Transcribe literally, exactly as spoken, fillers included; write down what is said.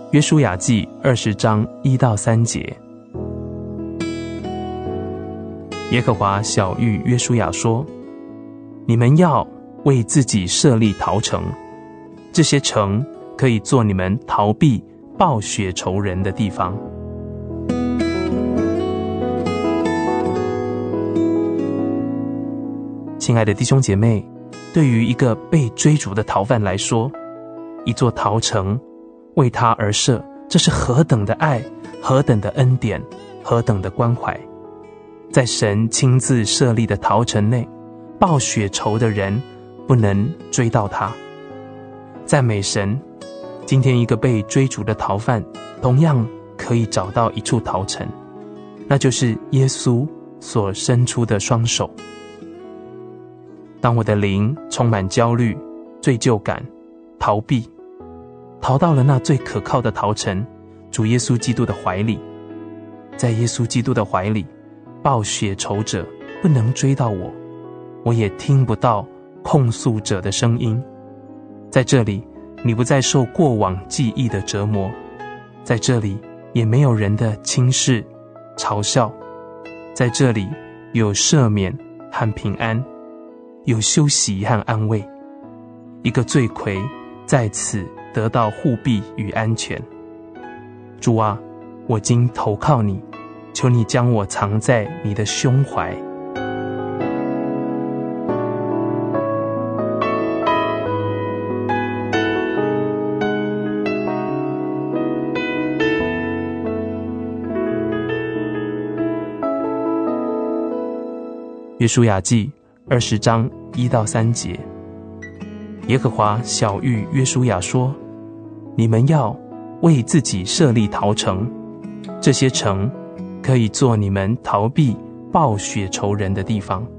约书亚记二十章一到三节。耶和华晓谕约书亚说：你们要为自己设立逃城，这些城可以做你们逃避报血仇人的地方。亲爱的弟兄姐妹，对于一个被追逐的逃犯来说，一座逃城为他而设，这是何等的爱，何等的恩典，何等的关怀。在神亲自设立的逃城内，报血仇的人不能追到他。赞美神，今天一个被追逐的逃犯同样可以找到一处逃城，那就是耶稣所伸出的双手。当我的灵充满焦虑、罪疚感、逃避，逃到了那最可靠的逃城，主耶稣基督的怀里，在耶稣基督的怀里，报血仇者不能追到我，我也听不到控诉者的声音。在这里，你不再受过往记忆的折磨，在这里也没有人的轻视、嘲笑，在这里有赦免和平安，有休息和安慰。一个罪魁在此得到护庇与安全。主啊，我今投靠你，求你将我藏在你的胸怀。约书亚记二十章一到三节。耶和华晓谕约书亚说：你们要为自己设立逃城，这些城可以做你们逃避报血仇人的地方。